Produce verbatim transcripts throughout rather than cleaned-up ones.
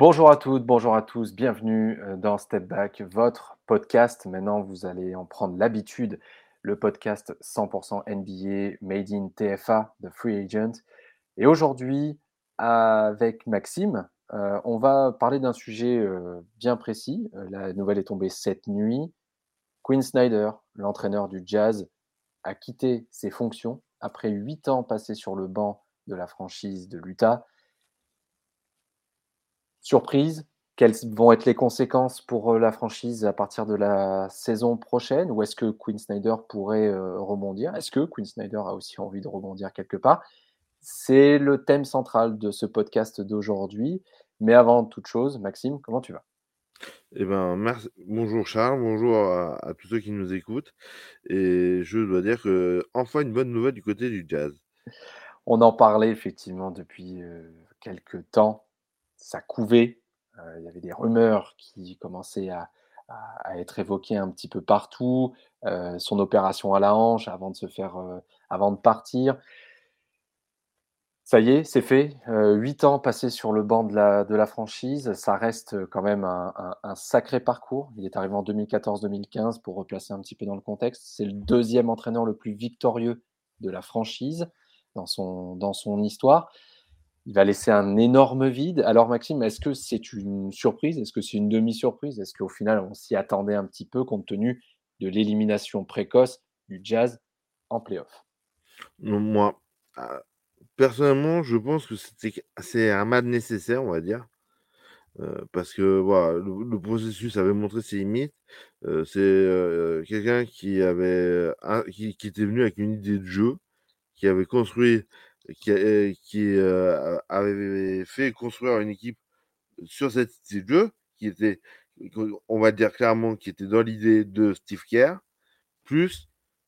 Bonjour à toutes, bonjour à tous, bienvenue euh, dans Step Back, votre podcast. Maintenant, vous allez en prendre l'habitude, le podcast cent pour cent N B A, Made in T F A, The Free Agent. Et aujourd'hui, avec Maxime, euh, on va parler d'un sujet euh, bien précis. Euh, La nouvelle est tombée cette nuit. Quinn Snyder, l'entraîneur du Jazz, a quitté ses fonctions après huit ans passés sur le banc de la franchise de l'Utah. Surprise, quelles vont être les conséquences pour, heu, la franchise à partir de la saison prochaine? Ou est-ce que Quinn Snyder pourrait, heu, rebondir? Est-ce que Quinn Snyder a aussi envie de rebondir quelque part? C'est le thème central de ce podcast d'aujourd'hui. Mais avant toute chose, Maxime, comment tu vas? Eh ben, merci. Bonjour Charles, bonjour à, à tous ceux qui nous écoutent. Et je dois dire que enfin une bonne nouvelle du côté du jazz. On en parlait effectivement depuis, heu, quelque temps. Ça couvait, heu, il y avait des rumeurs qui commençaient à à à être évoquées un petit peu partout, heu, son opération à la hanche avant de se faire, heu, avant de partir. Ça y est, c'est fait, heu, huit ans passés sur le banc de la de la franchise, ça reste, quand même un un un sacré parcours. Il est arrivé en deux mille quatorze-deux mille quinze pour replacer un petit peu dans le contexte. C'est le deuxième entraîneur le plus victorieux de la franchise dans son dans son histoire. Il va laisser un énorme vide. Alors Maxime, est-ce que c'est une surprise? Est-ce que c'est une demi-surprise? Est-ce qu'au final, on s'y attendait un petit peu compte tenu de l'élimination précoce du Jazz en play-off? Non, moi, ah, personnellement, je pense que c'était c'est un mal nécessaire, on va dire. Euh, parce que voilà, le, le processus avait montré ses limites. Euh, c'est euh, quelqu'un qui avait un- qui, qui était venu avec une idée de jeu, qui avait construit, qui, a- qui euh, avait fait construire une équipe sur cette idée de jeu, qui était, on va dire clairement, qui était dans l'idée de Steve Kerr, plus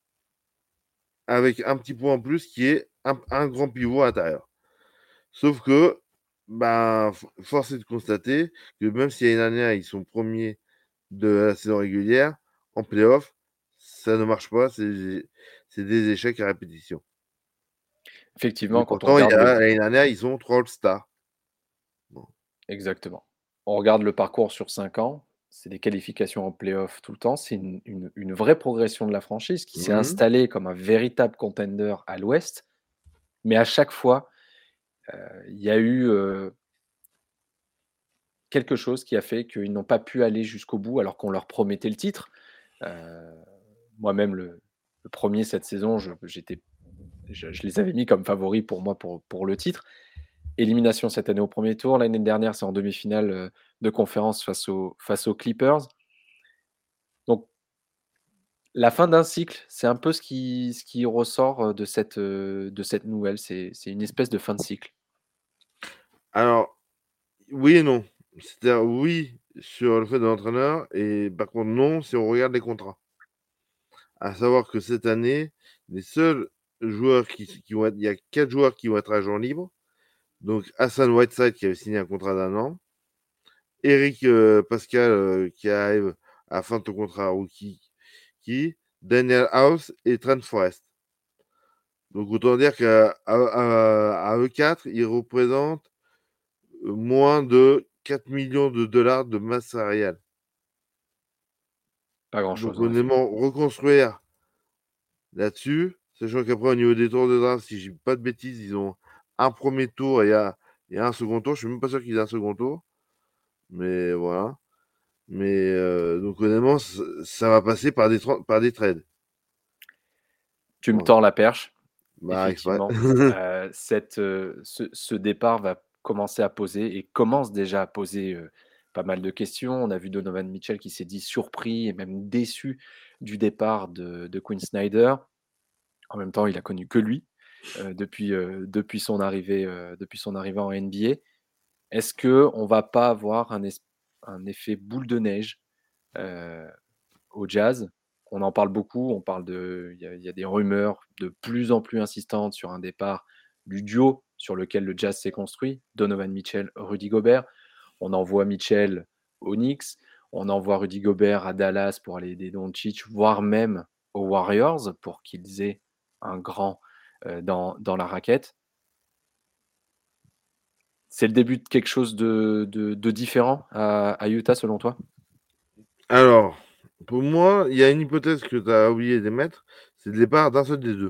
avec un petit point en plus qui est un, un grand pivot à l'intérieur. Sauf que, ben, force est de constater que même si l'année dernière, ils sont premiers de la saison régulière, en playoff, ça ne marche pas, c'est c'est des échecs à répétition. Et Effectivement, quand on pourtant, il y regarde le a- l'année dernière, ils ont trois All-Stars. Bon. exactement. On regarde le parcours sur cinq ans, c'est des qualifications en play-off tout le temps, c'est une une une vraie progression de la franchise qui s'est Mhm. installée comme un véritable contender à l'Ouest, mais à chaque fois, heu, il y a eu, heu, quelque chose qui a fait qu'ils n'ont pas pu aller jusqu'au bout alors qu'on leur promettait le titre. Heu, Moi-même le le premier cette saison, je j'étais je je les avais mis comme favoris pour moi pour pour le titre. Élimination cette année au premier tour, l'année dernière, c'est en demi-finale, heu, de conférence face aux face aux Clippers. Donc la fin d'un cycle, c'est un peu ce qui ce qui ressort, heu, de cette, heu, de cette nouvelle. C'est c'est une espèce de fin de cycle. Alors, oui et non. C'est-à-dire, oui, sur le fait de l'entraîneur, et par contre, non, si on regarde les contrats. À savoir que cette année, les seuls joueurs qui, qui vont être, il y a quatre joueurs qui vont être agents libres. Donc Hassan Whiteside qui avait signé un contrat d'un an, Eric euh, Pascal euh, qui arrive à la fin de ton contrat rookie, qui, Daniel House et Trent Forrest. Donc autant dire qu'à à, à- à eux quatre, ils représentent moins de quatre millions de dollars de masse salariale. Pas Donc grand-chose en effet. honnêtement, reconstruire là-dessus, sachant qu'après au niveau des tours de draft, si je dis pas de bêtises, ils ont un premier tour et, un- et un second tour. Je suis même pas sûr qu'ils aient un second tour, mais voilà. Mais euh, donc honnêtement, ça, ça va passer par des, tra- par des trades. Tu me Voilà. tends la perche, Bah, exprès. effectivement. Heu, cette, heu, ce ce départ va commencer à poser et commence déjà à poser, heu, pas mal de questions. On a vu Donovan Mitchell qui s'est dit surpris et même déçu du départ de de Quinn Snyder. En même temps, il a connu que lui, heu, depuis, heu, depuis son arrivée, heu, depuis son arrivée en N B A. Est-ce qu'on va pas avoir un es un effet boule de neige, heu, au Jazz? On en parle beaucoup, on parle de il y a il y a des rumeurs de plus en plus insistantes sur un départ du duo sur lequel le Jazz s'est construit, Donovan Mitchell, Rudy Gobert. On envoie Mitchell aux Knicks, on envoie Rudy Gobert à Dallas pour aller aider Doncic, voire même aux Warriors pour qu'ils aient un grand, heu, dans dans la raquette. C'est le début de quelque chose de de de différent à à Utah selon toi? Alors, pour moi, il y a une hypothèse que tu as oublié d'émettre, c'est le départ d'un seul des deux.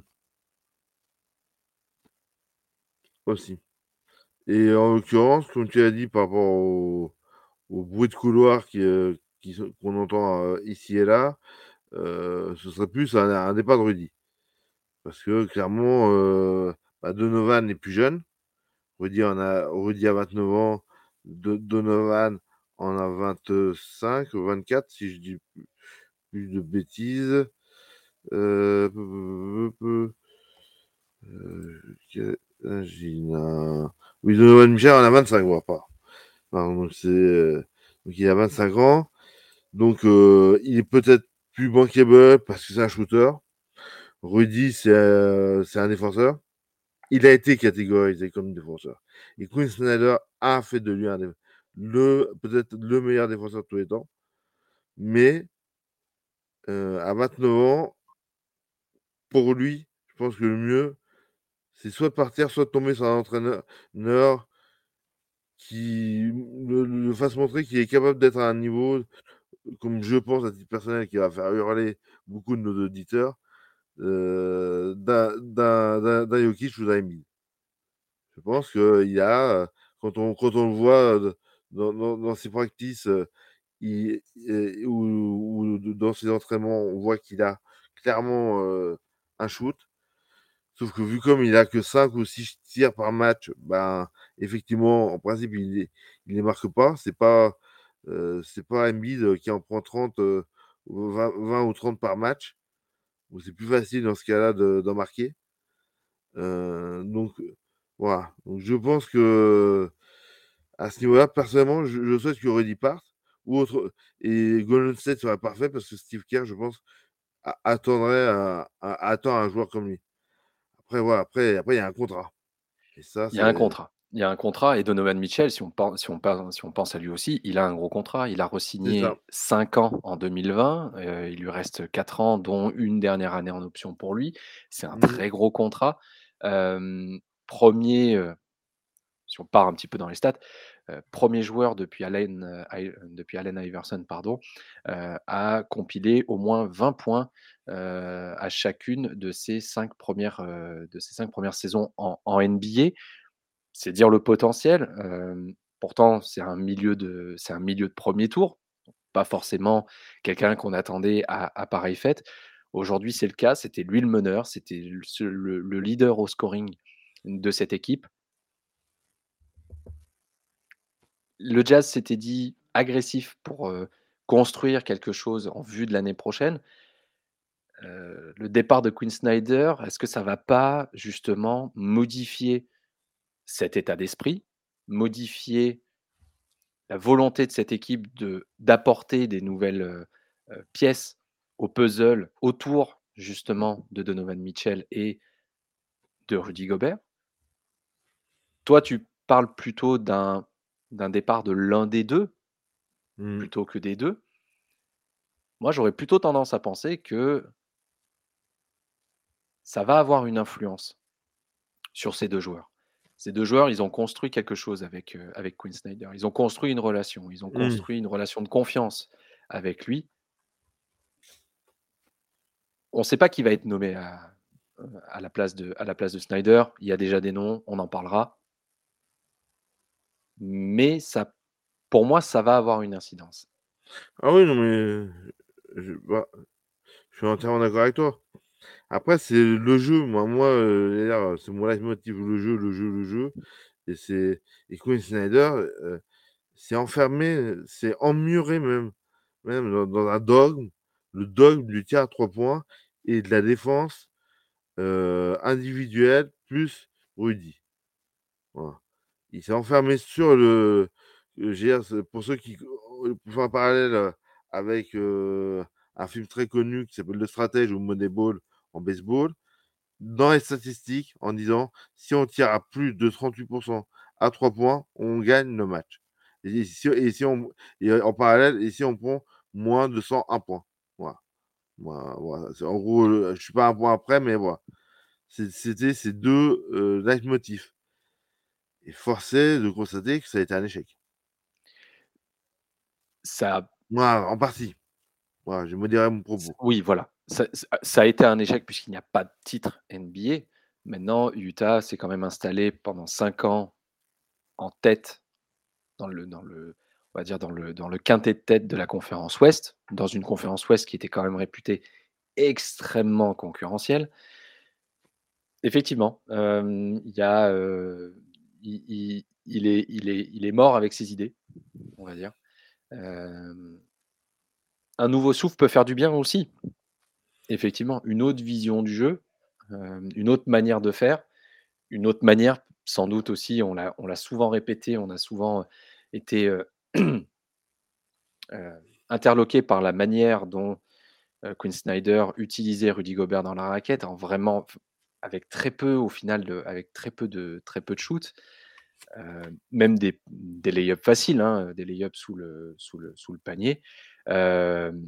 Aussi. Et en l'occurrence, comme tu as dit par rapport au au bruit de couloir qui, heu, qui se qu'on entend, heu, ici et là, heu, ce serait plus un un départ de Rudy. Parce que clairement, heu, bah, Donovan est plus jeune. Rudy en a Rudy a vingt-neuf ans, Do Donovan en a vingt-cinq ou vingt-quatre si je dis plus plus de bêtises. Heu, peu peu peu peu heu, quel âge il a? Oui, Donovan Mitchell en a vingt-cinq, bon, pas pardon, donc c'est, heu, donc il a vingt-cinq ans. Donc heu, il est peut-être plus bankable parce que c'est un shooter. Rudy, c'est, heu, c'est un défenseur. Il a été catégorisé comme défenseur. Et Quinn Snyder a fait de lui un des le peut-être le meilleur défenseur de tous les temps. Mais heu, à vingt-neuf ans pour lui, je pense que le mieux, c'est soit de partir, soit de tomber sur un entraîneur neur qui le le fasse montrer qu'il est capable d'être à un niveau, comme je pense à titre personnel, qui va faire hurler beaucoup de nos auditeurs, heu, d'un d'un d'un d'un Jokic ou d'un Embiid. Je pense qu'il y a, heu, quand on quand on le voit, heu, dans dans dans ses practices, heu, il et ou ou dans ses entraînements, on voit qu'il a clairement, heu, un shoot. Sauf que vu comme il a que cinq ou six tirs par match, ben, effectivement, en principe, il les il les marque pas. C'est pas, heu, c'est pas Embiid qui en prend trente, heu, ou vingt vingt ou trente par match, où c'est plus facile dans ce cas-là de d'en marquer. Heu, donc heu, voilà. Donc je pense que à ce niveau-là, personnellement, je je souhaite que Rudy parte ou autre et Golden State serait parfait parce que Steve Kerr, je pense, a attendrait un a attend un joueur comme lui. Après voilà, après après il y a un contrat et ça, Il y a un c'est contrat. Il y a un contrat et Donovan Mitchell, si on pen si on pen si on pense à lui aussi, il a un gros contrat. Il a c'est ça. re-signé cinq ans en deux mille vingt, heu, il lui reste quatre ans, dont une dernière année en option pour lui. C'est un Mmh. très gros contrat. Hem, premier, heu, si on part un petit peu dans les stats, heu, premier joueur depuis Allen, heu, I depuis Allen Iverson, pardon, heu, à compiler au moins vingt points, heu, à chacune de ses cinq premières, heu, de ses cinq premières saisons en en N B A. C'est dire le potentiel, hem, pourtant c'est un milieu de c'est un milieu de premier tour, pas forcément quelqu'un qu'on attendait à à pareille fête. Aujourd'hui, c'est le cas, c'était lui le meneur, c'était le ce le le leader au scoring de cette équipe. Le Jazz s'était dit agressif pour, heu, construire quelque chose en vue de l'année prochaine. Heu, le départ de Quinn Snyder, est-ce que ça va pas justement modifier cet état d'esprit? Modifier la volonté de cette équipe de d'apporter des nouvelles, heu heu, pièces au puzzle autour justement de Donovan Mitchell et de Rudy Gobert. Toi, tu parles plutôt d'un d'un départ de l'un des deux Mmh. plutôt que des deux. Moi, j'aurais plutôt tendance à penser que ça va avoir une influence sur ces deux joueurs. Ces deux joueurs, ils ont construit quelque chose avec, heu, avec Quinn Snyder. Ils ont construit une relation, ils ont Mmh. construit une relation de confiance avec lui. On ne sait pas qui va être nommé à, heu, à la place de à la place de Snyder. Il y a déjà des noms, on en parlera. Mais ça pour moi, ça va avoir une incidence. Ah oui, non mais je bah, je suis entièrement d'accord avec toi. Après, c'est le jeu. Moi moi, heu, d'ailleurs, c'est mon leitmotiv, le jeu, le jeu, le jeu et c'est et Quinn Snyder, heu, s'est enfermé, s'est emmuré même même dans dans un dogme, le dogme du tir à trois points et de la défense, heu, individuelle plus Rudy. Voilà. Il s'est enfermé sur le heu, je veux dire, c'est pour ceux qui heu, pour faire un parallèle, heu, avec, heu, un film très connu qui s'appelle Le Stratège ou Moneyball en baseball, dans les statistiques en disant: «Si on tire à plus de trente-huit à trois points, on gagne le match» et si et si on et en parallèle et si on prend moins de cent un points. Voilà. Voilà, voilà, c'est en gros, heu, je suis pas un point après, mais voilà. C'est c'était ces deux heu, leitmotifs et force est de constater que ça a été un échec. Ça Moi, en partie. Voilà, je modérerai mon c propos. oui, voilà, ça ça ça a été un échec puisqu'il n'y a pas de titre N B A. Maintenant, Utah s'est quand même installé pendant cinq ans en tête dans le dans le on va dire dans le dans le quintet de tête de la conférence Ouest, dans une conférence Ouest qui était quand même réputée extrêmement concurrentielle. Effectivement, hem, il y a, heu, il il il est il est il est mort avec ses idées, on va dire. Hem un nouveau souffle peut faire du bien aussi. Effectivement, une autre vision du jeu, hem, une autre manière de faire, une autre manière sans doute aussi, on l'a on l'a souvent répété, on a souvent été, heu heu, interloqués par la manière dont, heu, Quin Snyder utilisait Rudy Gobert dans la raquette en vraiment f avec très peu au final de avec très peu de très peu de shoot, heu, même des des lay-ups faciles, hein, des lay-ups sous le sous le sous le panier. Hem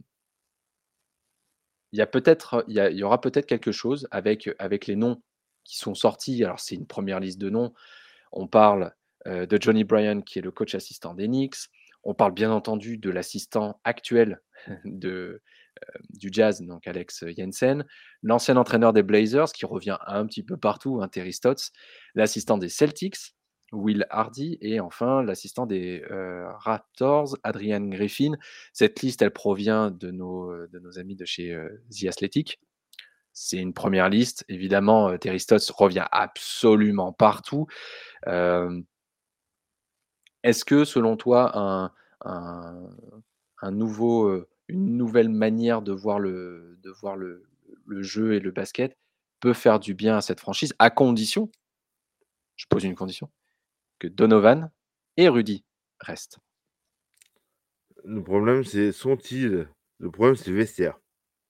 il y a peut-être il y a il y aura peut-être quelque chose avec, avec les noms qui sont sortis. Alors c'est une première liste de noms. On parle, heu, de Johnny Bryant qui est le coach assistant des Knicks. On parle bien entendu de l'assistant actuel de, heu, du Jazz, donc Alex Jensen. L'ancien entraîneur des Blazers qui revient un petit peu partout, hein, Terry Stotts. L'assistant des Celtics, Will Hardy et enfin l'assistant des, heu, Raptors, Adrian Griffin. Cette liste, elle provient de nos, heu, de nos amis de chez, heu, The Athletic. C'est une première liste. Évidemment, heu, Terry Stotts revient absolument partout. Hem est-ce que selon toi un un un nouveau, heu, une nouvelle manière de voir le de voir le le jeu et le basket peut faire du bien à cette franchise? À condition je pose une condition, que Donovan et Rudy restent. Le problème, c'est sont-ils le problème, c'est le vestiaire.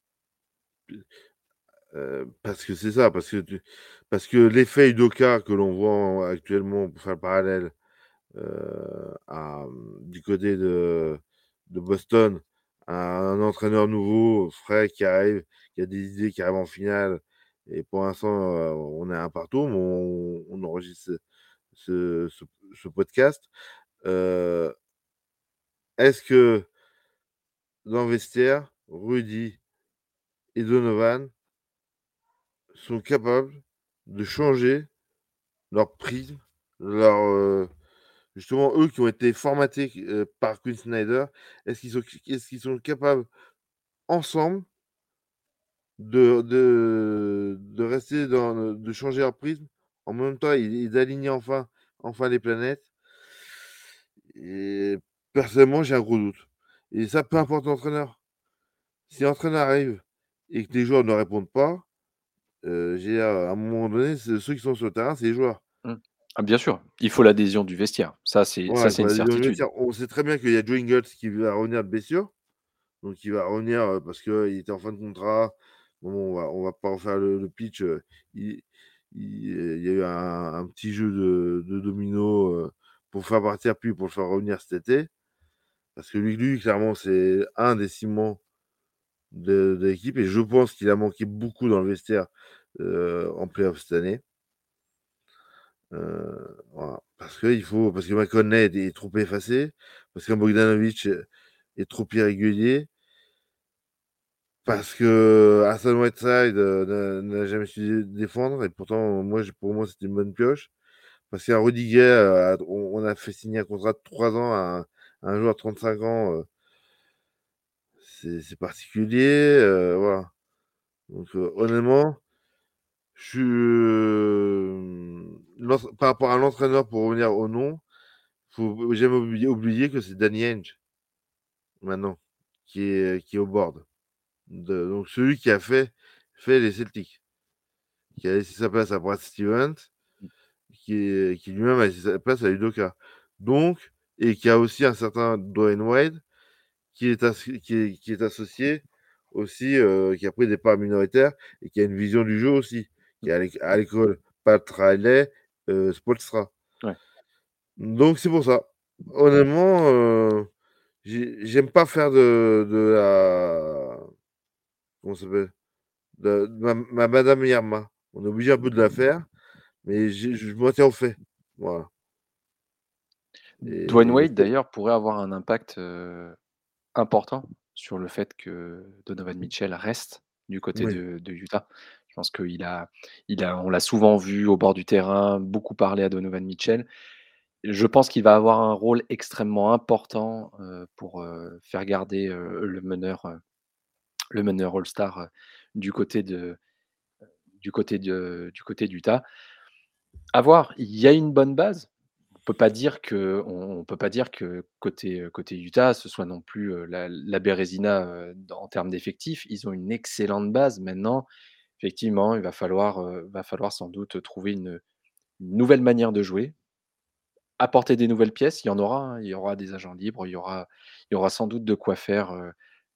Heu, parce que c'est ça, parce que tu parce que l'effet Udoka que l'on voit en actuellement, pour faire le parallèle, heu, à, mmh, du côté de de Boston, un entraîneur nouveau, frais, qui arrive, qui a des idées, qui arrive en finale et pour l'instant, heu, on est à un partout, mais on on enregistre ce ce ce podcast. Heu est-ce que dans le vestiaire, Rudy et Donovan sont capables de changer leur prisme, leur, heu justement, eux qui ont été formatés q heu, par Quin Snyder, est-ce qu'ils sont est-ce qu'ils sont capables ensemble de de de rester dans le de changer leur prisme, en même temps et et d'aligner enfin enfin les planètes? Et personnellement, j'ai un gros doute et ça, peu importe l'entraîneur. Si l'entraîneur arrive et que les joueurs ne répondent pas, heu, je veux dire, à un moment donné, ce ceux qui sont sur le terrain, c'est les joueurs. Mmh. Ah bien sûr, il faut l'adhésion du vestiaire. Ça c'est ça Ouais, c'est pour une l'adhésion du certitude. vestiaire. On sait très bien qu'il y a Joe Ingles qui va revenir de blessure, donc il va revenir, heu, parce qu'il était en fin de contrat. Bon, on va on va pas refaire le le pitch, heu, il il il y a eu un un petit jeu de de dominos, heu, pour faire partir puis pour le faire revenir cet été. Parce que lui lui, clairement, c'est un des ciments de de l'équipe et je pense qu'il a manqué beaucoup dans le vestiaire, heu, en play-off cette année. Heu, voilà, parce qu'il faut parce que McConnell est est trop effacé, parce que Bogdanovic, heu, est trop irrégulier parce que Hassan Whiteside, heu, n'a n'a jamais su défendre et pourtant, moi, j pour moi, c'était une bonne pioche. Parce qu'un Rudy Gay, heu, a on on a fait signer un contrat de trois ans à un à un joueur de trente-cinq ans, heu c'est c'est particulier, heu, voilà. Donc heu, honnêtement, je suis, hem, l'entre par rapport à l'entraîneur, pour revenir au nom, faut jamais oublier oublier que c'est Danny Ainge maintenant, qui est qui est au board. De donc celui qui a fait fait les Celtics, qui a laissé sa place à Brad Stevens, Mmh. qui est qui lui-même a laissé sa place à Udoka. Donc et qui a aussi un certain Dwyane Wade qui est assi qui est qui est associé aussi, heu, qui a pris des parts minoritaires et qui a une vision du jeu aussi, qui Mmh. est à l'éc à l'école Pat Riley, heu, Spoelstra. Ouais. Donc c'est pour ça. Honnêtement, heu, j'ai j'aime pas faire de de la comment ça s'appelle? De de ma ma Madame Irma. On est obligé un peu de la faire, mais j'ai je m'en tiens aux faits. Voilà. Dwayne et le Wade fait d'ailleurs pourrait avoir un impact, heu, important sur le fait que Donovan Mitchell reste du côté oui, de de Utah. Je pense qu'il a il a on l'a souvent vu au bord du terrain, beaucoup parler à Donovan Mitchell. Je pense qu'il va avoir un rôle extrêmement important, heu, pour, heu, faire garder, heu, le meneur, heu, le meneur All-Star, heu, du côté de du côté de du côté d'Utah. À voir, il y a une bonne base. On peut pas dire que on on peut pas dire que côté, heu, côté Utah, ce soit non plus, heu, la la Bérésina, heu, dans en termes d'effectifs. Ils ont une excellente base. Maintenant, effectivement, il va falloir, heu, va falloir sans doute trouver une une nouvelle manière de jouer, apporter des nouvelles pièces. Il y en aura, hein, il y aura des agents libres, il y aura il y aura sans doute de quoi faire, heu,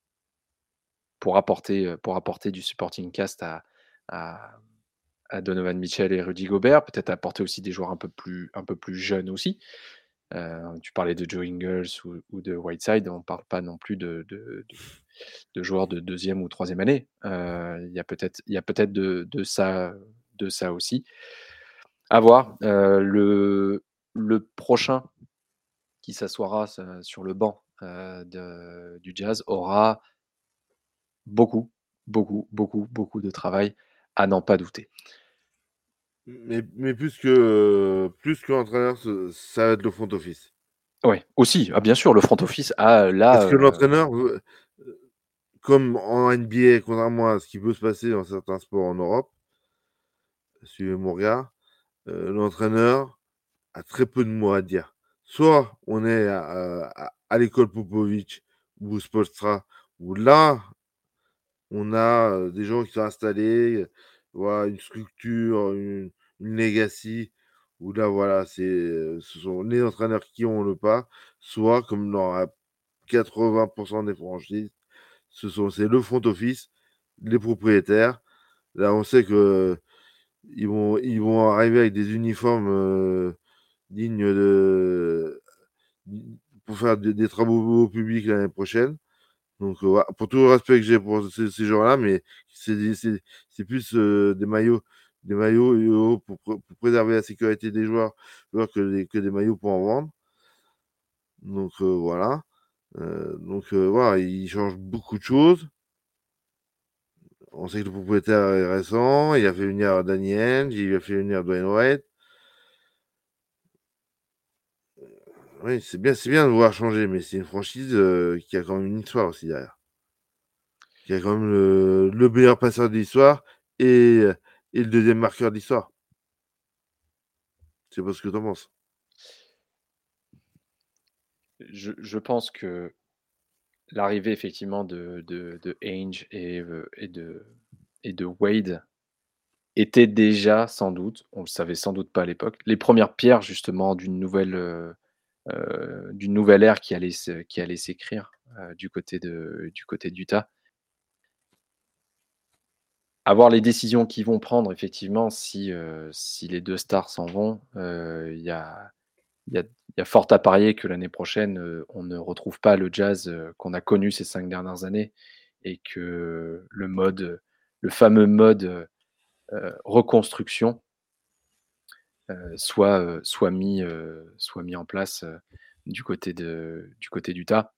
pour apporter, heu, pour apporter du supporting cast à à à Donovan Mitchell et Rudy Gobert. Peut-être apporter aussi des joueurs un peu plus un peu plus jeunes aussi. Heu, tu parlais de Joe Ingles ou ou de Whiteside, on ne parle pas non plus de de de de joueurs de deuxième ou troisième année. Heu, il y a peut-être il y a peut-être de de ça de ça aussi. À voir, heu, le le prochain qui s'assoira s sur le banc, heu, de du Jazz aura beaucoup, beaucoup, beaucoup, beaucoup de travail, à n'en pas douter. mais mais plus que, heu, plus qu'entraîneur, ce ça va être le front office. Ouais, aussi, ah bien sûr, le front office a là, Parce que heu l'entraîneur veut comme en N B A, contrairement à ce qui peut se passer dans certains sports en Europe, suivez mon regard, heu, l'entraîneur a très peu de mots à dire. Soit on est à à à l'école Popovich ou Spoelstra, où là, on a, heu, des gens qui sont installés, voilà, une structure, une une legacy, où là, voilà, c'est, heu, ce sont les entraîneurs qui ont le pas, soit comme dans la quatre-vingts des franchises, ce sont c'est le front office, les propriétaires. Là, on sait que ils vont ils vont arriver avec des uniformes, heu, dignes de pour faire des des travaux publics l'année prochaine. Donc, heu, voilà, pour tout le respect que j'ai pour ces ces gens-là, mais c'est des c'est c'est plus, heu, des maillots des maillots yo pour pré pour préserver la sécurité des joueurs, joueurs que des que des maillots pour en vendre. Donc, heu, voilà. Heu, donc, heu, voilà, ils changent beaucoup de choses. On sait que le propriétaire est récent, il a fait venir Danny Ainge, il a fait venir Dwayne Wade. Oui, c'est bien c'est bien de voir changer, mais c'est une franchise, heu, qui a quand même une histoire aussi derrière. Qui a quand même le le meilleur passeur de l'histoire et et le deuxième marqueur de l'histoire. Je sais pas ce que tu en penses? Je je pense que l'arrivée effectivement de de de Ainge et heu et de et de Wade était déjà sans doute, on le savait sans doute pas à l'époque, les premières pierres justement d'une nouvelle, heu heu, d'une nouvelle ère qui allait se qui allait s'écrire, heu, du côté de du côté d'Utah. À voir les décisions qu'ils vont prendre effectivement si, heu, si les deux stars s'en vont, heu, il y a il y a il y a fort à parier que l'année prochaine, heu, on ne retrouve pas le Jazz, heu, qu'on a connu ces cinq dernières années et que le mode, le fameux mode, heu heu, reconstruction, heu, soit, heu, soit mis, heu, soit mis en place, heu, du côté de du côté d'Utah.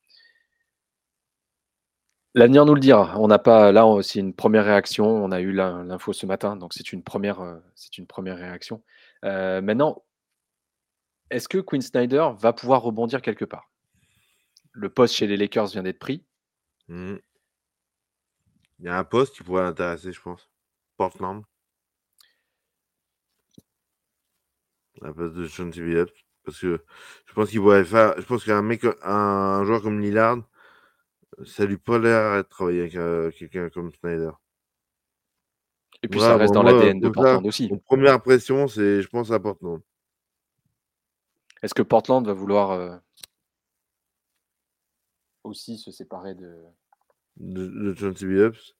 L'avenir nous le dira. On n'a pas là, on c'est une première réaction. On a eu l'in l'info ce matin, donc c'est une première, re c'est une première réaction. Heu, maintenant, est-ce que Quinn Snyder va pouvoir rebondir quelque part? Le poste chez les Lakers vient d'être pris. Mmh. Il y a un poste qui pourrait l'intéresser, je pense. Portland, à la place de Chauncey Billups, parce que je pense qu'il pourrait faire je pense qu'un mec, un un joueur comme Lillard, ça lui pas l'air de travailler avec, heu, quelqu'un comme Snyder. Et puis ça Moi reste moi dans moi, l'A D N de comme ça, Portland aussi. mon première impression, c'est je pense à Portland. Est-ce que Portland va vouloir, heu, aussi se séparer de De de Chauncey Billups,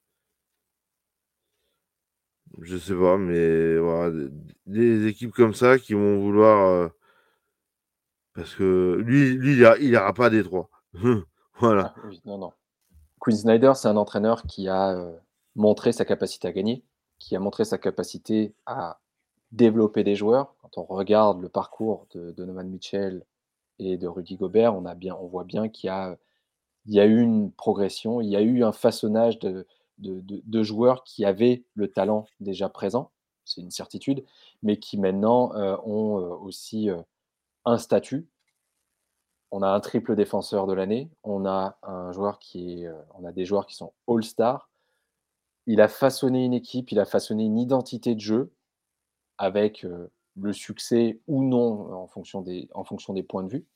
je sais pas, mais voilà, des des équipes comme ça qui vont vouloir, heu parce que lui lui il ira il ira pas à Détroit. Voilà. ah oui, non, non. Quinn Snyder, c'est un entraîneur qui a, heu, montré sa capacité à gagner, qui a montré sa capacité à développer des joueurs. Quand on regarde le parcours de Donovan Mitchell et de Rudy Gobert, on a bien on voit bien qu'il y a, il y a eu une progression, il y a eu un façonnage de de de de joueurs qui avaient le talent déjà présent, c'est une certitude, mais qui maintenant, heu, ont, heu, aussi, heu, un statut. On a un triple défenseur de l'année, on a un joueur qui est, heu, on a des joueurs qui sont all-stars. Il a façonné une équipe, il a façonné une identité de jeu avec, heu, le succès ou non en fonction des en fonction des points de vue.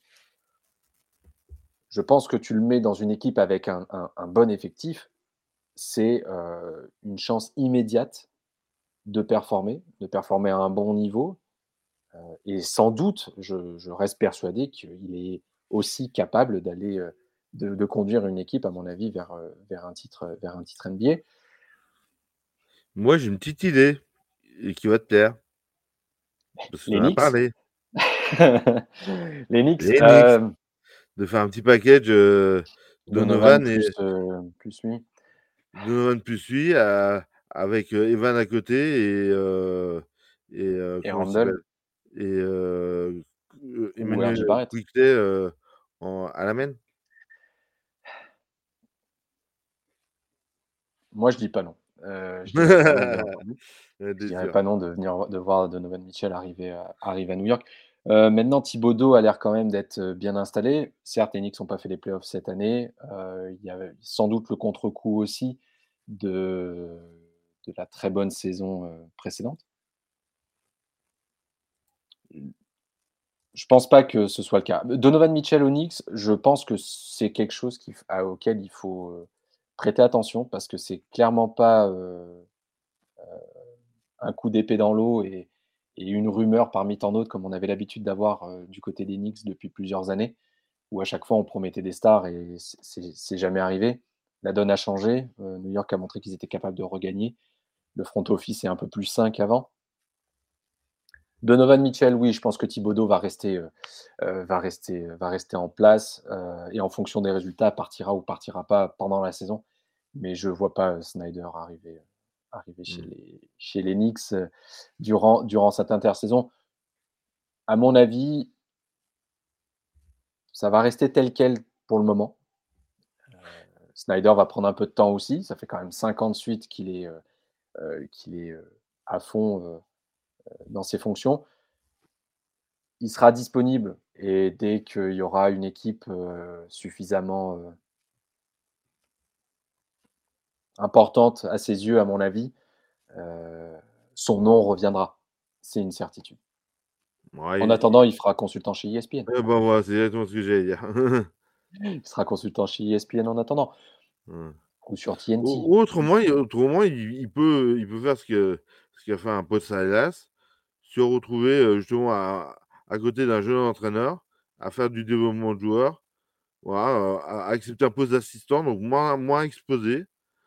Je pense que tu le mets dans une équipe avec un un un bon effectif, c'est, heu, une chance immédiate de performer, de performer à un bon niveau, heu et sans doute, je je reste persuadé qu'il est aussi capable d'aller, heu, de de conduire une équipe, à mon avis, vers, heu, vers un titre, vers un titre N B A. Moi, j'ai une petite idée et qui va te plaire parce que tu Les en as Knicks? parlé. Les Knicks, Les Knicks, hem, de faire un petit package, heu, Donovan Donovan plus, et heu, plus lui Donovan plus lui, heu, avec, heu, Evan à côté et heu et heu, et comment il Randle s'appelle? Et heu, heu, ou Emmanuel R J Barrett. Quickley, heu, en à la main? Moi, je dis pas non. Heu, je dirais pas non, bien entendu. Ouais, Je tu dirais sûr. pas non de venir de voir Donovan Mitchell arriver à arriver à New York. Heu, maintenant Thibodeau a l'air quand même d'être, heu, bien installé. Certes, les Knicks ont pas fait les playoffs cette année, heu, il y avait sans doute le contre-coup aussi de de la très bonne saison, heu, précédente. Je pense pas que ce soit le cas. Donovan Mitchell aux Knicks, je pense que c'est quelque chose qui f à auquel il faut, heu, prêter attention parce que c'est clairement pas, heu un coup d'épée dans l'eau et et une rumeur parmi tant d'autres comme on avait l'habitude d'avoir, heu, du côté des Knicks depuis plusieurs années, où à chaque fois on promettait des stars et c'est c'est c'est jamais arrivé. La donne a changé, heu, New York a montré qu'ils étaient capables de regagner. Le front office est un peu plus sain qu'avant. Donovan Mitchell, oui, je pense que Thibodeau va rester, heu heu, va rester, heu, va rester en place, heu et en fonction des résultats, partira ou partira pas pendant la saison. Mais je vois pas, heu, Snyder arriver, heu, arriver chez Mmh. les chez les Knicks, heu, durant durant cette intersaison. À mon avis, ça va rester tel quel pour le moment. Snyder va prendre un peu de temps aussi. Ça fait quand même cinq ans de suite qu'il est, heu heu, qu'il est, heu, à fond, heu, dans ses fonctions. Il sera disponible et dès qu'il y aura une équipe, heu, suffisamment, heu importante à ses yeux, à mon avis, heu, son nom reviendra. C'est une certitude. Ouais, En il attendant, il il fera consultant chez E S P N. ouais, bah, voilà, c'est exactement ce que j'allais dire. Il sera consultant chez E S P N en attendant Mmh. ou sur T N T. Au autrement il autrement, il il peut il peut faire ce que ce qu'a fait un pote Silas, se retrouver, heu, justement à à côté d'un jeune entraîneur, à faire du développement de joueurs, voilà, heu, à accepter un poste d'assistant, donc moins moins exposé.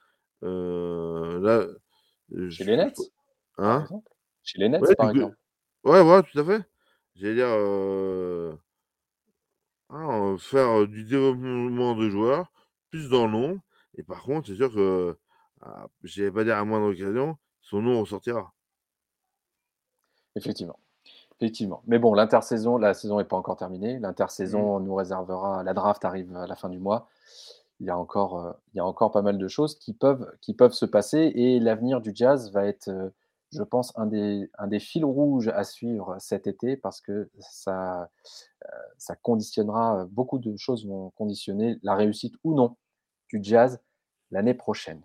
Heu, là, heu, Chez je les je Nets, par hein? exemple. Chez les Nets, Ouais, par tu peux exemple. ouais, voilà, tout à fait. J'allais dire, heu, hein, heu, faire, heu, du développement de joueurs, plus dans l'ombre et par contre, c'est sûr que, ah, j'allais pas dire à moindre occasion, son nom ressortira. Effectivement, effectivement. Mais bon, l'intersaison la saison n'est pas encore terminée. Mmh. L'intersaison nous réservera la draft arrive à la fin du mois. Il y a encore, heu, il y a encore pas mal de choses qui peuvent qui peuvent se passer et l'avenir du Jazz va être, heu, je pense, un des un des fils rouges à suivre cet été parce que ça, heu, ça conditionnera, heu, beaucoup de choses vont conditionner la réussite ou non du Jazz l'année prochaine.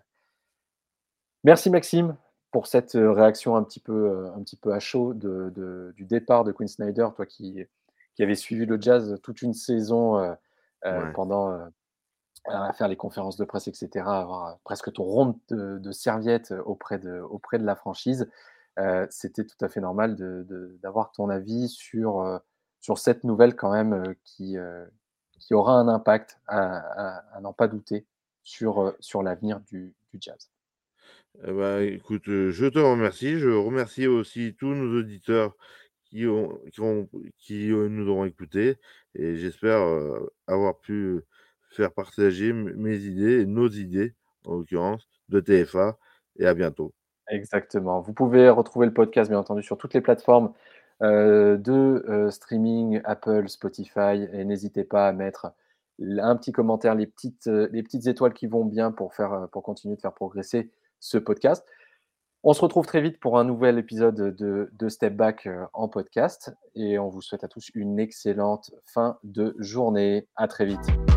Merci Maxime pour cette, heu, réaction un petit peu, heu, un petit peu à chaud de de du départ de Quinn Snyder, toi qui qui avais suivi le Jazz toute une saison, heu heu, Ouais. pendant, heu, à faire les conférences de presse et cetera, avoir, heu, presque ton rond de de serviette auprès de auprès de la franchise. Heu, c'était tout à fait normal de de d'avoir ton avis sur, heu, sur cette nouvelle quand même, heu, qui, heu, qui aura un impact à à à n'en pas douter sur, heu, sur l'avenir du du Jazz. Eh bah, écoute, heu, je te remercie. Je remercie aussi tous nos auditeurs qui ont qui ont qui, heu, nous auront écoutés et j'espère, heu, avoir pu faire partager m mes idées et nos idées, en l'occurrence, de T F A et à bientôt. Exactement. Vous pouvez retrouver le podcast, bien entendu, sur toutes les plateformes, heu, de, heu, streaming Apple, Spotify et n'hésitez pas à mettre l un petit commentaire, les petites, heu, les petites étoiles qui vont bien pour faire, heu, pour continuer de faire progresser ce podcast. On se retrouve très vite pour un nouvel épisode de de Step Back, heu, en podcast et on vous souhaite à tous une excellente fin de journée. À très vite.